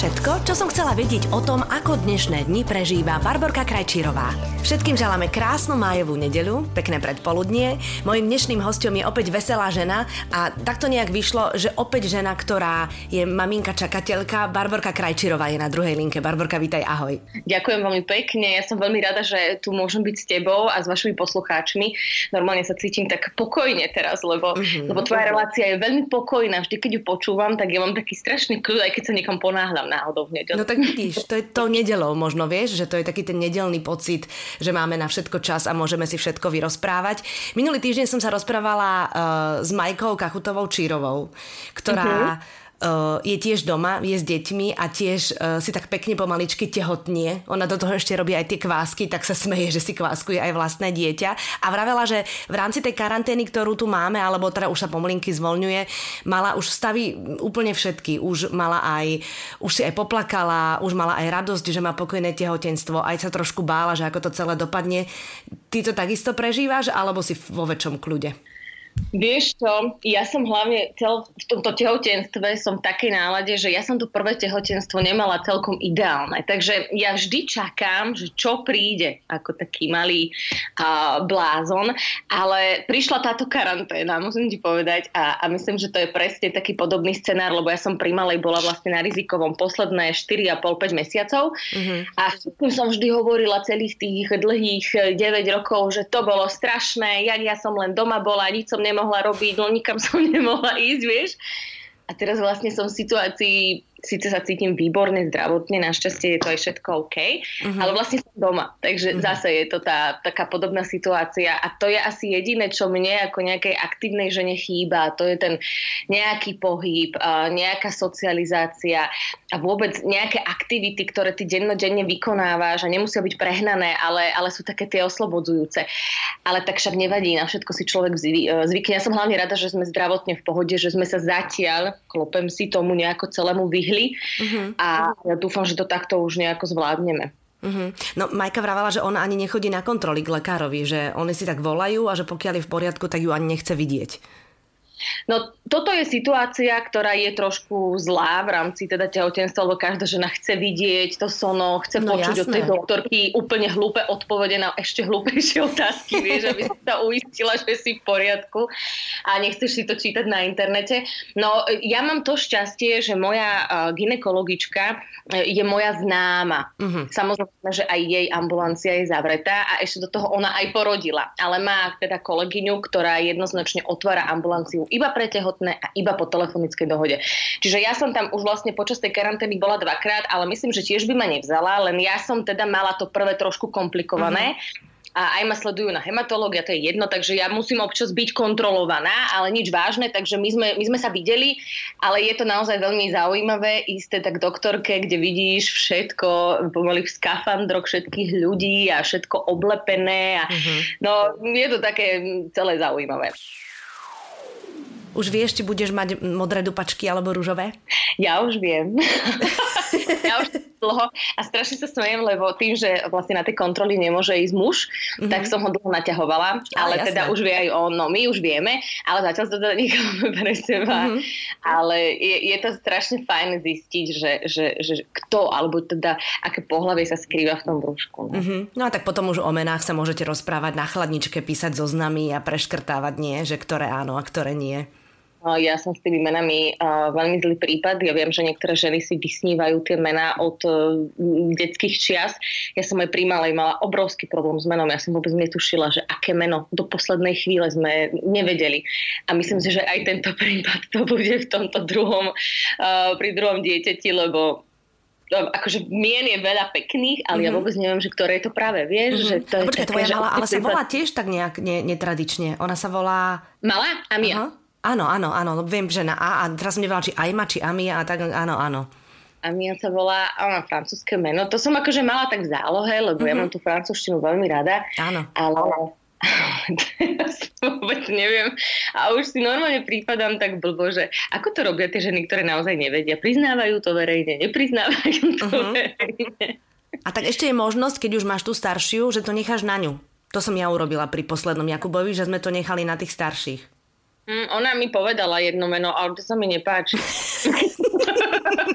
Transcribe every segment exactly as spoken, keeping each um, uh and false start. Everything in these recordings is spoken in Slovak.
všetko, čo som chcela vedieť o tom, ako dnešné dni prežíva Barborka Krajčírová. Všetkým želáme krásnu májovú nedeľu, pekné predpoludnie. Mojím dnešným hosťom je opäť veselá žena a takto nejak vyšlo, že opäť žena, ktorá je maminka čakateľka. Barborka Krajčírová je na druhej linke. Barborka, vítaj, ahoj. Ďakujem veľmi pekne. Ja som veľmi rada, že tu môžem byť s tebou a s vašimi poslucháčmi. Normálne sa cítim tak pokojne teraz, lebo, mm-hmm. lebo tvoja relácia je veľmi pokojná. Vždy, keď ju počúvam, tak ja mám taký strašný kľud, aj keď sa niekam ponáhľam náhodou v nedeľu. No tak vidíš, to je tou nedeľou možno, vieš, že to je taký ten nedeľný pocit, že máme na všetko čas a môžeme si všetko vyrozprávať. Minulý týždeň som sa rozprávala uh, s Majkou Kachutovou Čírovou, ktorá uh-huh. Uh, je tiež doma, je s deťmi a tiež uh, si tak pekne pomaličky tehotnie. Ona do toho ešte robí aj tie kvásky, tak sa smeje, že si kváskuje aj vlastné dieťa. A vravela, že v rámci tej karantény, ktorú tu máme, alebo teda už sa pomalinky zvoľňuje, mala už stavy úplne všetky. Už mala aj, už si aj poplakala, už mala aj radosť, že má pokojné tehotenstvo, aj sa trošku bála, že ako to celé dopadne. Ty to takisto prežívaš, alebo si vo väčšom kľude? Vieš čo, ja som hlavne cel, v tomto tehotenstve som v takej nálade, že ja som to prvé tehotenstvo nemala celkom ideálne. Takže ja vždy čakám, že čo príde ako taký malý uh, blázon. Ale prišla táto karanténa, musím ti povedať. A, a myslím, že to je presne taký podobný scenár, lebo ja som pri malej bola vlastne na rizikovom posledné štyri a pol až päť mesiacov. Mm-hmm. A som vždy hovorila celých tých dlhých deväť rokov, že to bolo strašné, jak ja som len doma bola, nič som nemohla robiť, no nikam som nemohla ísť, vieš. A teraz vlastne som v situácii, síce sa cítim výborne, zdravotne, našťastie je to aj všetko OK, uh-huh. ale vlastne som doma. Takže uh-huh. zase je to tá taká podobná situácia a to je asi jediné, čo mne ako nejakej aktívnej žene chýba. To je ten nejaký pohyb, nejaká socializácia a vôbec nejaké aktivity, ktoré ty dennodenne vykonávaš a nemusia byť prehnané, ale, ale sú také tie oslobodzujúce. Ale tak však nevadí, na všetko si človek zvykne. Ja som hlavne rada, že sme zdravotne v pohode, že sme sa zatiaľ, klopem si tomu nejako celému vyhli. Uh-huh. A ja dúfam, že to takto už nejako zvládneme. Uh-huh. No Majka vravala, že ona ani nechodí na kontroly k lekárovi, že oni si tak volajú a že pokiaľ je v poriadku, tak ju ani nechce vidieť. No toto je situácia, ktorá je trošku zlá v rámci teda tehotenstva, lebo každá žena chce vidieť to sono, chce no, počuť jasné. Od tej doktorky úplne hlúpe odpovede na ešte hlúpejšie otázky, vieš, aby si sa uistila, že si v poriadku a nechceš si to čítať na internete. No ja mám to šťastie, že moja uh, gynekologička je moja známa. Uh-huh. Samozrejme, že aj jej ambulancia je zavretá a ešte do toho ona aj porodila. Ale má teda kolegyňu, ktorá jednoznačne otvára ambulanciu iba pre tehotné a iba po telefonickej dohode. Čiže ja som tam už vlastne počas tej karantény bola dvakrát, ale myslím, že tiež by ma nevzala, len ja som teda mala to prvé trošku komplikované. Uh-huh. A aj ma sledujú na hematológia, to je jedno, takže ja musím občas byť kontrolovaná, ale nič vážne, takže my sme, my sme sa videli, ale je to naozaj veľmi zaujímavé ísť teda k doktorke, kde vidíš všetko, pomaly v skafandroch všetkých ľudí a všetko oblepené. A, uh-huh. No, je to také celé zaujímavé. Už vieš, či budeš mať modré dupačky alebo ružové? Ja už viem. Ja už dlho a strašne sa smejem, lebo tým, že vlastne na tej kontroly nemôže ísť muž, mm-hmm. tak som ho dlho naťahovala, ale jasné. Teda už vie aj on, no my už vieme, ale zatiaľ sa teda necháme pre seba. Mm-hmm. Ale je, je to strašne fajn zistiť, že, že, že kto, alebo teda aké pohlavie sa skrýva v tom brúšku. No. Mm-hmm. No a tak potom už o menách sa môžete rozprávať na chladničke, písať zoznamy a preškrtávať, nie, že ktoré áno a ktoré nie. Ja som s tými menami uh, veľmi zlý prípad. Ja viem, že niektoré ženy si vysnívajú tie mená od uh, detských čias. Ja som aj pri malej mala obrovský problém s menom. Ja som vôbec netušila, že aké meno do poslednej chvíle sme nevedeli. A myslím si, že aj tento prípad to bude v tomto druhom, uh, pri druhom dieťati, lebo akože mien je veľa pekných, ale mm-hmm. ja vôbec neviem, že ktoré je to práve, vieš? Mm-hmm. Že to je počkaj, také, tvoja že... malá, ale sa volá tiež tak nejak ne, netradične. Ona sa volá... Malá? Amia. Uh-huh. Áno, áno, áno, viem, že na A, a teraz som nevedela, či Ajma, či Amia, a tak, áno, áno. Amia sa volá, áno, francúzske meno. To som akože mala tak v zálohe, lebo mm-hmm. ja mám tú francúzštinu veľmi rada. Áno. Ale teraz vôbec neviem. A už si normálne prípadám tak blbo, že ako to robia tie ženy, ktoré naozaj nevedia. Priznávajú to verejne, nepriznávajú to uh-huh. verejne. A tak ešte je možnosť, keď už máš tú staršiu, že to necháš na ňu. To som ja urobila pri poslednom Jakubovi, že sme to nechali na tých starších. Mm, ona mi povedala jedno meno, ale to sa mi nepáči.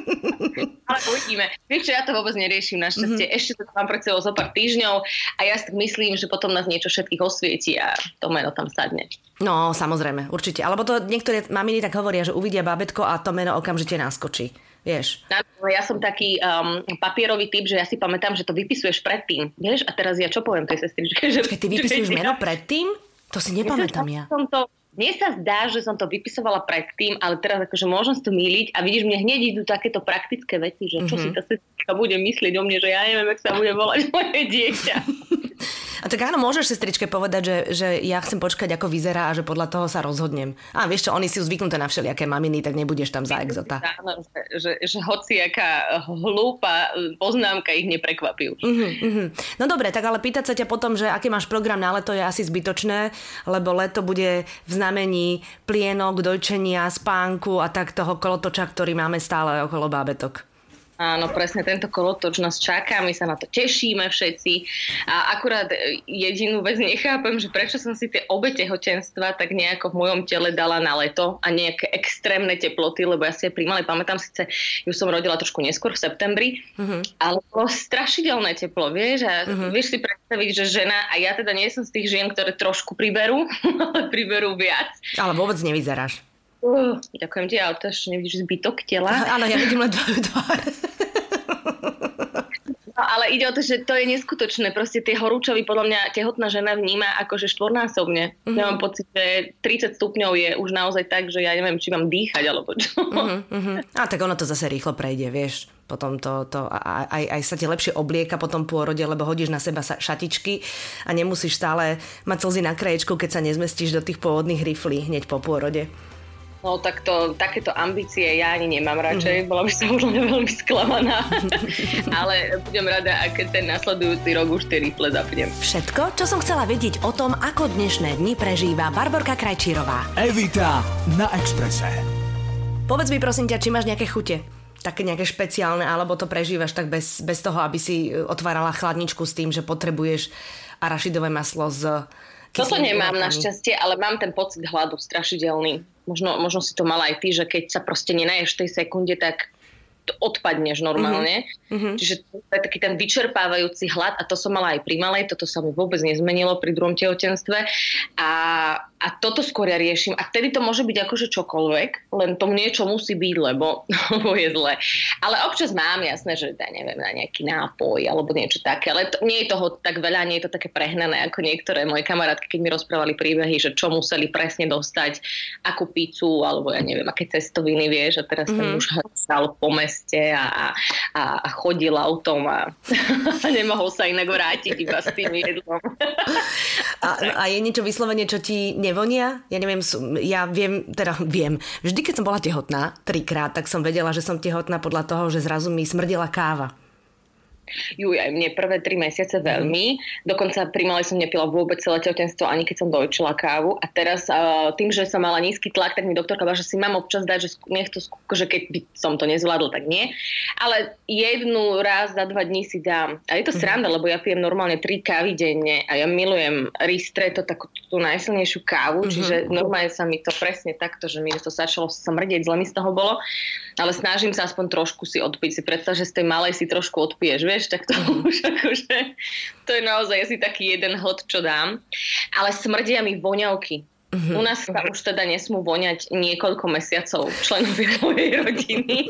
Ale uvidíme. Vieš čo, ja to vôbec neriešim našťastie. Mm-hmm. Ešte to mám pred sebou zo pár týždňov a ja si tak myslím, že potom nás niečo všetkých osvietí a to meno tam sadne. No, samozrejme, určite. Alebo to niektoré maminy tak hovoria, že uvidia bábätko a to meno okamžite naskočí. Vieš. Ja som taký um, papierový typ, že ja si pamätám, že to vypisuješ predtým. Vieš, a teraz ja čo poviem tej sestričke? Že... Počkej, ty vypisuješ meno predtým? To si nepamätám ja. Som to... Mne sa zdá, že som to vypisovala predtým, ale teraz akože môžem si to mýliť a vidíš, mne hneď idú takéto praktické veci, že čo mm-hmm. si tá sestrička bude myslieť o mne, že ja neviem, jak sa bude volať moje dieťa. A tak áno, môžeš sestričke povedať, že, že ja chcem počkať, ako vyzerá a že podľa toho sa rozhodnem. A vieš čo, oni si už zvyknuté na všelijaké maminy, tak nebudeš tam za exota. Áno, že, že, že hociaká hlúpa poznámka ich neprekvapí už. Uh-huh, uh-huh. No dobre, tak ale pýtať sa ťa potom, že aký máš program na leto je asi zbytočné, lebo leto bude v znamení plienok, dojčenia, spánku a tak toho kolotoča, ktorý máme stále okolo bábetok. Áno, presne tento kolotoč nás čaká, my sa na to tešíme všetci a akurát jedinú vec nechápem, že prečo som si tie obe tehotenstva tak nejako v mojom tele dala na leto a nejaké extrémne teploty, lebo ja si je príjmala, pamätám síce, ju som rodila trošku neskôr v septembri, uh-huh. ale bolo strašidelné teplo, vieš, a uh-huh. vieš si predstaviť, že žena, a ja teda nie som z tých žien, ktoré trošku priberú, ale priberú viac. Ale vôbec nevyzeráš. Uh, ďakujem ti, ale to ešte nevidíš zbytok tela. Áno, ja vidím len tvoju tvár. No, ale ide o to, že to je neskutočné. Proste tie horúčavy podľa mňa tehotná žena vníma akože štvornásobne. Mm-hmm. Ja mám pocit, že tridsať stupňov je už naozaj tak, že ja neviem, či mám dýchať alebo čo. Mm-hmm. A tak ono to zase rýchlo prejde, vieš. Potom to, to aj, aj sa ti lepšie oblieka po tom pôrode, lebo hodíš na seba šatičky a nemusíš stále mať slzy na kraječku, keď sa nezmestíš do tých pôvodných riflí hneď po pôrode. No tak to, takéto ambície ja ani nemám radšej, bola by som už len veľmi sklamaná, ale budem rada, ak ten nasledujúci rok už tie rifle zapnem. Všetko, čo som chcela vedieť o tom, ako dnešné dni prežíva Barborka Krajčírová. Evita na Expresse. Povedz mi prosím ťa, či máš nejaké chute, také nejaké špeciálne, alebo to prežívaš tak bez, bez toho, aby si otvárala chladničku s tým, že potrebuješ arašidové maslo z... Toto nemám našťastie, ale mám ten pocit hladu strašidelný. Možno, možno si to mala aj ty, že keď sa proste nenaješ v tej sekunde, tak odpadneš normálne. Mm-hmm. Čiže to je taký ten vyčerpávajúci hlad a to som mala aj pri malej, toto sa mi vôbec nezmenilo pri druhom tehotenstve a, a toto skôr ja riešim a vtedy to môže byť akože čokoľvek, len to niečo musí byť, lebo, lebo je zle. Ale občas mám jasné, že ja neviem, na nejaký nápoj alebo niečo také, ale to, nie je toho tak veľa, nie je to také prehnané ako niektoré moje kamarátky, keď mi rozprávali príbehy, že čo museli presne dostať, akú pizzu alebo ja neviem, aké cestoviny, vieš, a teraz mm-hmm. ten už stal po meste a, a, a chodil autom a, a nemohol sa inak vrátiť iba s tým jedlom. A, a je niečo vyslovene, čo ti nevonia? Ja neviem, ja viem, teda viem, vždy keď som bola tehotná, trikrát, tak som vedela, že som tehotná podľa toho, že zrazu mi smrdela káva. Juj, aj mne prvé tri mesiace veľmi. Dokonca pri malej som nepila vôbec celé tehotenstvo, ani keď som dojčila kávu. A teraz uh, tým, že som mala nízky tlak, tak mi doktorka povedala, že si mám občas dať, že nech to skúka, že keď by som to nezvládla, tak nie. Ale jednu raz za dva dní si dám. A je to sranda, lebo ja pijem normálne tri kávy denne a ja milujem ristretto, takú tú najsilnejšiu kávu, čiže normálne sa mi to presne takto, že mi to začalo smrdeť, zle mi z toho bolo. Ale snažím sa aspoň trošku si odpiť. Si predstav, že z tej malej si trošku odpiješ, vieš, tak to mm. už akože, to je naozaj asi taký jeden hod, čo dám. Ale smrdia mi voňavky. Mm-hmm. U nás sa už teda nesmú voňať niekoľko mesiacov členovia mojej rodiny.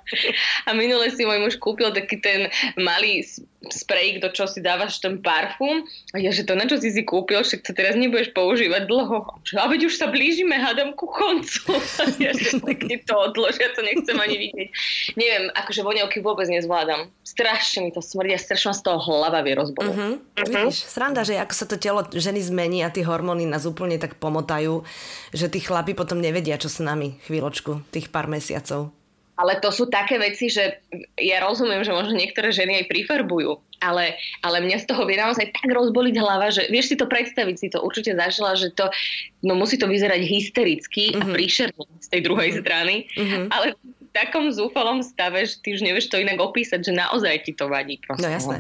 A minule si môj muž kúpil taký ten malý sprej, do čo si dávaš ten parfum. A ja, že to na čo si si kúpil, však to teraz nebudeš používať dlho. A veď už sa blížime, hádam, ku koncu. A ja, že tak to odlož, ja to nechcem ani vidieť. Neviem, akože voňavky vôbec nezvládam. Strašne mi to smrdia, strašne z toho hlava vie rozbolieť. Uh-huh. Uh-huh. Vidíš, sranda, že ako sa to telo ženy zmení a tie hormóny nás úplne tak pomotajú, že tí chlapi potom nevedia, čo s nami chvíľočku, tých pár mesiacov. Ale to sú také veci, že ja rozumiem, že možno niektoré ženy aj prifarbujú, ale, ale mňa z toho vie naozaj tak rozboliť hlava, že vieš si to predstaviť, si to určite zažila, že to, no musí to vyzerať hystericky uh-huh. a príšerne z tej druhej uh-huh. strany, uh-huh. ale v takom zúfalom stave, že ty už nevieš to inak opísať, že naozaj ti to vadí. Proste. No jasné.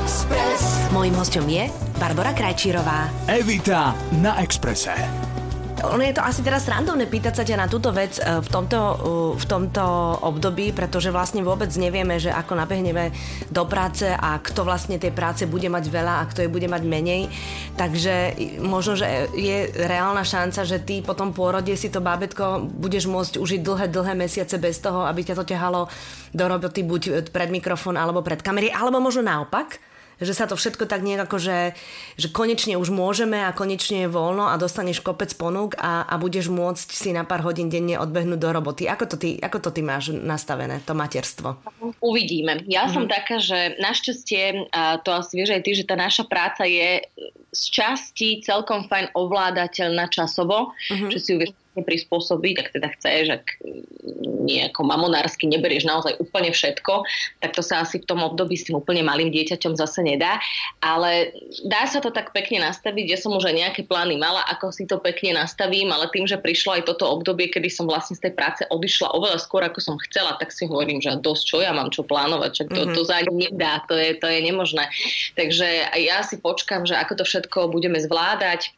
Mojím hosťom je Barbora Krajčírová. Evita na Expresse. Ono je to asi teraz randovné pýtať sa ťa na túto vec v tomto, v tomto období, pretože vlastne vôbec nevieme, že ako nabehneme do práce a kto vlastne tej práce bude mať veľa a kto jej bude mať menej. Takže možno, že je reálna šanca, že ty po tom pôrode si to bábätko budeš môcť užiť dlhé, dlhé mesiace bez toho, aby ťa to ťahalo do roboty buď pred mikrofón alebo pred kamery, alebo možno naopak. Že sa to všetko tak nejako, že, že konečne už môžeme a konečne je voľno a dostaneš kopec ponúk a, a budeš môcť si na pár hodín denne odbehnúť do roboty. Ako to ty, ako to ty máš nastavené, to materstvo? Uvidíme. Ja mm-hmm. som taká, že našťastie, a to asi vieš aj ty, že tá naša práca je z časti celkom fajn ovládateľná časovo, mm-hmm. že si ju vieš prispôsobiť, ak teda chceš, ak nejako mamonársky neberieš naozaj úplne všetko, tak to sa asi v tom období s tým úplne malým dieťaťom zase nedá, ale dá sa to tak pekne nastaviť, ja som už aj nejaké plány mala, ako si to pekne nastavím, ale tým, že prišlo aj toto obdobie, kedy som vlastne z tej práce odišla oveľa skôr, ako som chcela, tak si hovorím, že dosť čo ja mám čo plánovať, čak to, mm-hmm. to za ani nedá, to je, to je nemožné. Takže aj ja si počkam, že ako to všetko budeme zvládať,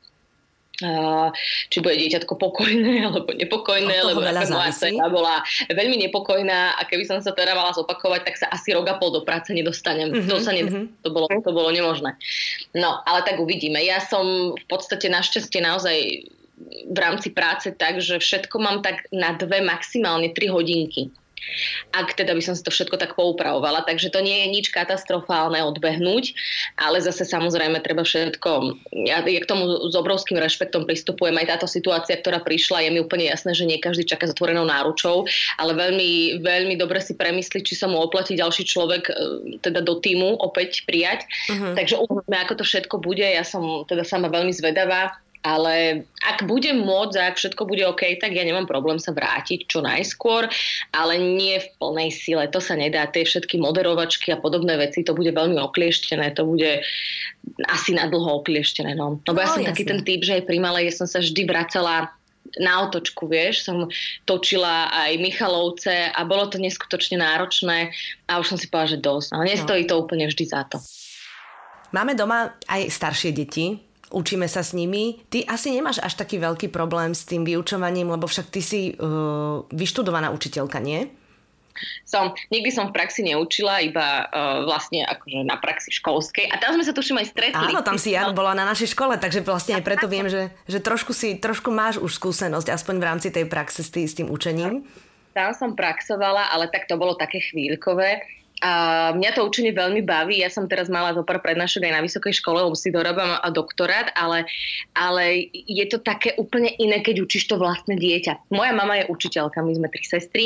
Uh, či bude dieťatko pokojné alebo nepokojné, lebo moja dcera bola veľmi nepokojná a keby som sa teda mala zopakovať, tak sa asi rok a pol do práce nedostanem. Uh-huh, to sa nedá, uh-huh. to, bolo, to bolo nemožné. No, ale tak uvidíme. Ja som v podstate našťastie naozaj v rámci práce tak, že všetko mám tak na dve, maximálne tri hodinky. Ak teda by som si to všetko tak poupravovala, takže to nie je nič katastrofálne odbehnúť, ale zase samozrejme treba všetko, ja, ja k tomu s obrovským rešpektom pristupujem, aj táto situácia, ktorá prišla, je mi úplne jasné, že nie každý čaká s otvorenou náručou, ale veľmi, veľmi dobre si premyslí, či sa mu oplatí ďalší človek teda do týmu opäť prijať, uh-huh. takže uvidíme, ako to všetko bude, ja som teda sama veľmi zvedavá. Ale ak budem môcť a ak všetko bude OK, tak ja nemám problém sa vrátiť čo najskôr, ale nie v plnej sile. To sa nedá. Tie všetky moderovačky a podobné veci, to bude veľmi oklieštené. To bude asi na dlho oklieštené. No, no bo ja som jasne. Taký ten typ, že aj pri malej som sa vždy vracala na otočku, vieš. Som točila aj Michalovce a bolo to neskutočne náročné a už som si povedala, že dosť. Ale nestojí to úplne vždy za to. Máme doma aj staršie deti. Učíme sa s nimi. Ty asi nemáš až taký veľký problém s tým vyučovaním, lebo však ty si uh, vyštudovaná učiteľka, nie? Som. Nikdy som v praxi neučila, iba uh, vlastne akože na praxi školskej. A tam sme sa tuším aj stretli. Áno, tam si ja bola na našej škole, takže vlastne aj preto viem, že, že trošku, si, trošku máš už skúsenosť, aspoň v rámci tej praxe s, tý, s tým učením. Tam som praxovala, ale tak to bolo také chvíľkové. A mňa to učenie veľmi baví. Ja som teraz mala zo pár prednášok aj na vysokej škole, lebo si dorobám doktorát, ale, ale je to také úplne iné, keď učíš to vlastné dieťa. Moja mama je učiteľka, my sme tri sestry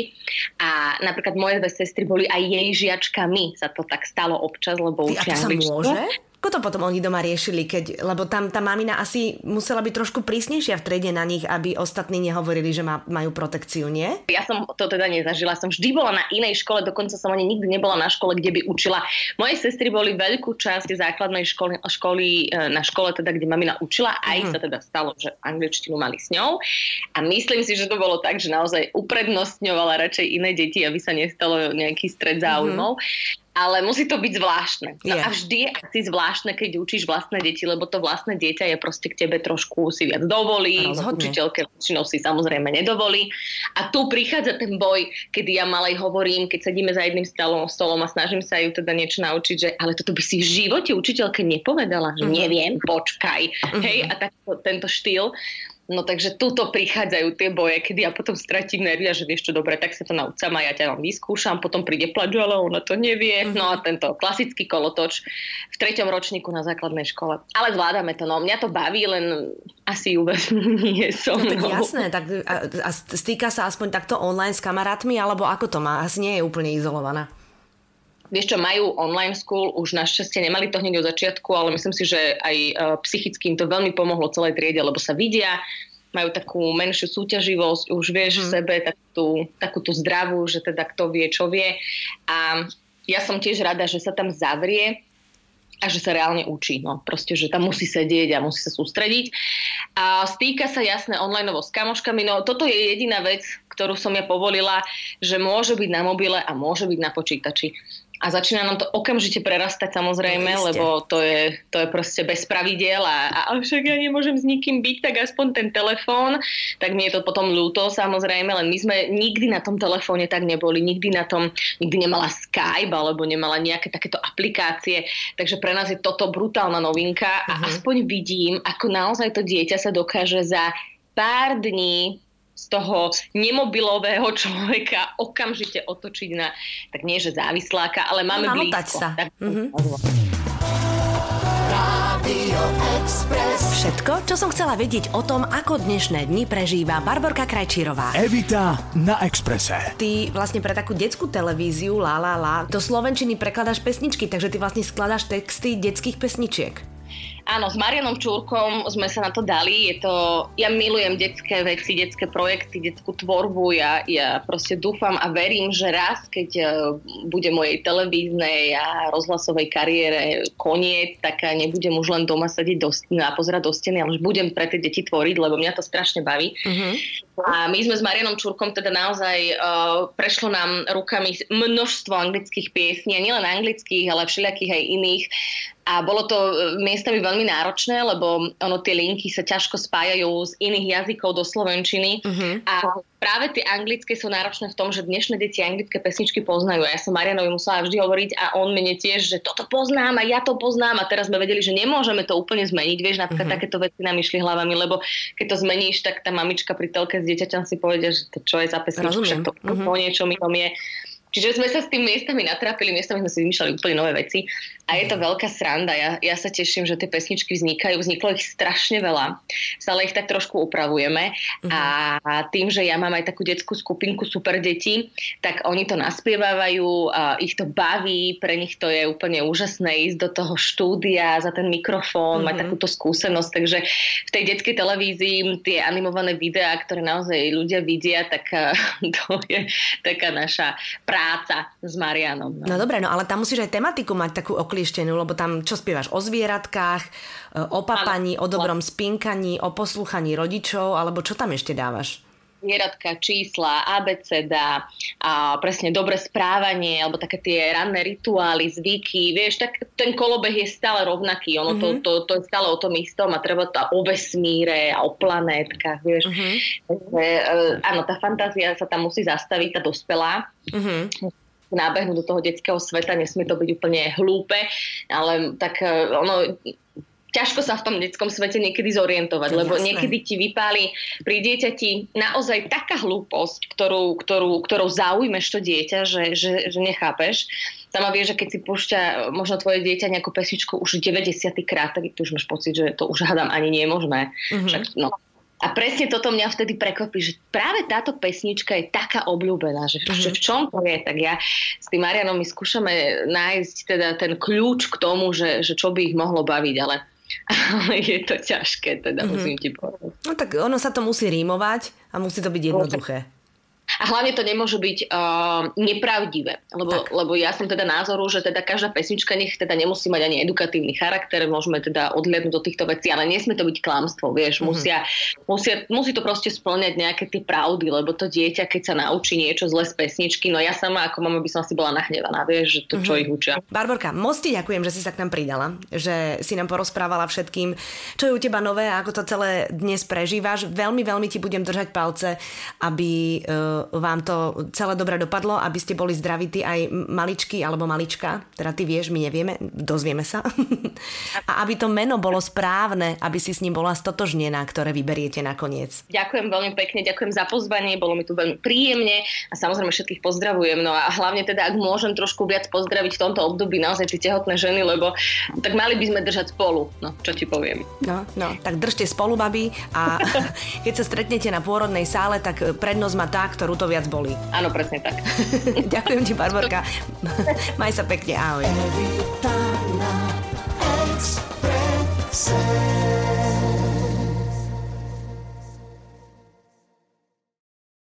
a napríklad moje dve sestry boli aj jej žiačkami. Sa to tak stalo občas, lebo Ty, učia angličtinu. A to sa môže? Ako to potom oni doma riešili? Keď, lebo tam tá mamina asi musela byť trošku prísnejšia v triede na nich, aby ostatní nehovorili, že má, majú protekciu, nie? Ja som to teda nezažila. Som vždy bola na inej škole, dokonca som ani nikdy nebola na škole, kde by učila. Moje sestry boli veľkú časť základnej školy, školy na škole, teda, kde mamina učila. Aj mm. sa teda stalo, že angličtinu mali s ňou. A myslím si, že to bolo tak, že naozaj uprednostňovala radšej iné deti, aby sa nestalo nejaký stred záujmov. Mm. Ale musí to byť zvláštne. No yeah. A vždy je asi zvláštne, keď učíš vlastné deti, lebo to vlastné dieťa je proste k tebe trošku si viac dovolí, no, učiteľke väčšinou si samozrejme nedovolí. A tu prichádza ten boj, kedy ja malej hovorím, keď sedíme za jedným stolom, stolom a snažím sa ju teda niečo naučiť, že ale toto by si v živote učiteľke nepovedala, že uh-huh. neviem, počkaj. Uh-huh. Hej, a tak tento štýl. No takže tuto prichádzajú tie boje, kedy ja potom stratím nervy a že vieš čo, dobre, tak sa to nauč sama, ja ťa vám vyskúšam, potom príde plač, ale ona to nevie. Mm-hmm. No a tento klasický kolotoč v treťom ročníku na základnej škole. Ale zvládame to, no mňa to baví, len asi ju nie som. No tak jasné, tak a, a stýka sa aspoň takto online s kamarátmi, alebo ako to má? Asi nie je úplne izolovaná. Vieš čo, majú online school, už našťastie nemali to hneď od začiatku, ale myslím si, že aj psychicky im to veľmi pomohlo celej triede, lebo sa vidia, majú takú menšiu súťaživosť, už vieš hmm. v sebe takú, takú tú zdravú, že teda kto vie, čo vie. A ja som tiež rada, že sa tam zavrie a že sa reálne učí. No, proste, že tam musí sedieť a musí sa sústrediť. A stýka sa jasné onlineovo s kamoškami. No toto je jediná vec, ktorú som ja povolila, že môže byť na mobile a môže byť na počítači. a začína nám to okamžite prerastať samozrejme, no, lebo to je, to je proste bez pravidiel a, a však ja nemôžem s nikým byť, tak aspoň ten telefón, tak mi je to potom ľúto samozrejme, len my sme nikdy na tom telefóne tak neboli, nikdy na tom, nikdy nemala Skype alebo nemala nejaké takéto aplikácie, takže pre nás je toto brutálna novinka a uh-huh. aspoň vidím, ako naozaj to dieťa sa dokáže za pár dní z toho nemobilového človeka okamžite otočiť na, tak nie že závisláka, ale máme no, blízko. Sa. Tak, mm-hmm. Všetko, čo som chcela vedieť o tom, ako dnešné dni prežíva Barborka Krajčírová. Evita na Expresse. Ty vlastne pre takú detskú televíziu La La La do slovenčiny prekladáš pesničky, takže ty vlastne skladáš texty detských pesničiek. Áno, s Marianom Čúrkom sme sa na to dali. Je to, ja milujem detské veci, detské projekty, detskú tvorbu. Ja, ja proste dúfam a verím, že raz, keď bude mojej televíznej a rozhlasovej kariére koniec, tak nebudem už len doma sedieť do, a pozerať do steny, ale už budem pre tie deti tvoriť, lebo mňa to strašne baví. Uh-huh. A my sme s Marianom Čúrkom teda naozaj uh, prešlo nám rukami množstvo anglických piesní, a nielen anglických, ale všelijakých aj iných. A bolo to miestami veľmi náročné, lebo ono tie linky sa ťažko spájajú z iných jazykov do slovenčiny. Uh-huh. A práve tie anglické sú náročné v tom, že dnešné deti anglické pesničky poznajú. A ja som Marianovi musela vždy hovoriť a on mene tiež, že toto poznám a ja to poznám. A teraz sme vedeli, že nemôžeme to úplne zmeniť. Vieš, napríklad uh-huh. takéto veci nám išli hlavami, lebo keď to zmeníš, tak tá mamička pri telke s dieťaťom si povie, že to čo je za pesničku, že to uh-huh. o niečom inom je. Čiže sme sa s tým miestami natrápili, miestami sme si vymýšľali úplne nové veci a je to veľká sranda. Ja, ja sa teším, že tie pesničky vznikajú. Vzniklo ich strašne veľa. Stále ich tak trošku upravujeme uh-huh. a tým, že ja mám aj takú detskú skupinku super detí, tak oni to naspievajú, a ich to baví, pre nich to je úplne úžasné ísť do toho štúdia za ten mikrofón, uh-huh. mať takúto skúsenosť. Takže v tej detskej televízii tie animované videá, ktoré naozaj ľudia vidia, tak to je taká naša práca s Marianom. No. no dobre, no ale tam musíš aj tematiku mať takú oklieštenú, lebo tam čo spievaš? O zvieratkách, o papaní, o dobrom spinkaní, o poslúchaní rodičov, alebo čo tam ešte dávaš? Zvieratka, čísla, abeceda, a presne dobré správanie, alebo také tie ranné rituály, zvyky, vieš, tak ten kolobeh je stále rovnaký, ono mm-hmm. to, to, to je stále o tom istom a treba to o vesmíre a o planétkach, vieš. Mm-hmm. Takže, áno, tá fantázia sa tam musí zastaviť, tá dospelá. Mm-hmm. Nábehnúť do toho detského sveta, nesmie to byť úplne hlúpe, ale tak ono... ťažko sa v tom detskom svete niekedy zorientovať, no, lebo jasné. Niekedy ti vypáli pri dieťati naozaj taká hlúposť, ktorú, ktorú, ktorou zaujmeš to dieťa, že, že, že nechápeš. Sama vieš, že keď si púšťa možno tvoje dieťa nejakú pesničku už deväťdesiaty krát, tak tu už máš pocit, že to už hádam ani nie je možné. Mm-hmm. Však, no. A presne toto mňa vtedy prekvapí, že práve táto pesnička je taká obľúbená, že, mm-hmm. že v čom to je, tak ja s tým Marianom my skúšame nájsť teda ten kľúč k tomu, že, že čo by ich mohlo baviť, ale ale je to ťažké, teda mm-hmm. musím ti povedať. No tak ono sa to musí rímovať a musí to byť jednoduché. A hlavne to nemôže byť uh, nepravdivé, lebo, lebo ja som teda názoru, že teda každá pesnička nech teda nemusí mať ani edukatívny charakter, môžeme teda odhliadnúť do týchto vecí, ale nesmie to byť klamstvo, vieš, mm-hmm. musia, musia, musí to proste spĺňať nejaké tie pravdy, lebo to dieťa, keď sa naučí niečo zle z pesničky, no ja sama ako mama by som asi bola nahnevaná, vieš, že to čo mm-hmm. ich učia. Barborka, moc ti ďakujem, že si sa k nám pridala, že si nám porozprávala všetkým, čo je u teba nové a ako to celé dnes prežívaš. Veľmi, veľmi ti budem držať palce, aby uh, vám to celé dobre dopadlo, aby ste boli zdraví ty aj maličky alebo malička, teda ty vieš, my nevieme, dozvieme sa. A aby to meno bolo správne, aby si s ním bola stotožnená, ktoré vyberiete nakoniec. Ďakujem veľmi pekne, ďakujem za pozvanie, bolo mi tu veľmi príjemne a samozrejme všetkých pozdravujem. No a hlavne teda, ak môžem trošku viac pozdraviť v tomto období naozaj tie tehotné ženy, lebo tak mali by sme držať spolu, no čo ti poviem. No, no, tak držte spolu, babi, a keď sa stretnete na pôrodnej sále, tak prednosť má tá, ktorú to viac bolí. Áno, presne tak. Ďakujem ti, Barborka. Maj sa pekne, ahoj.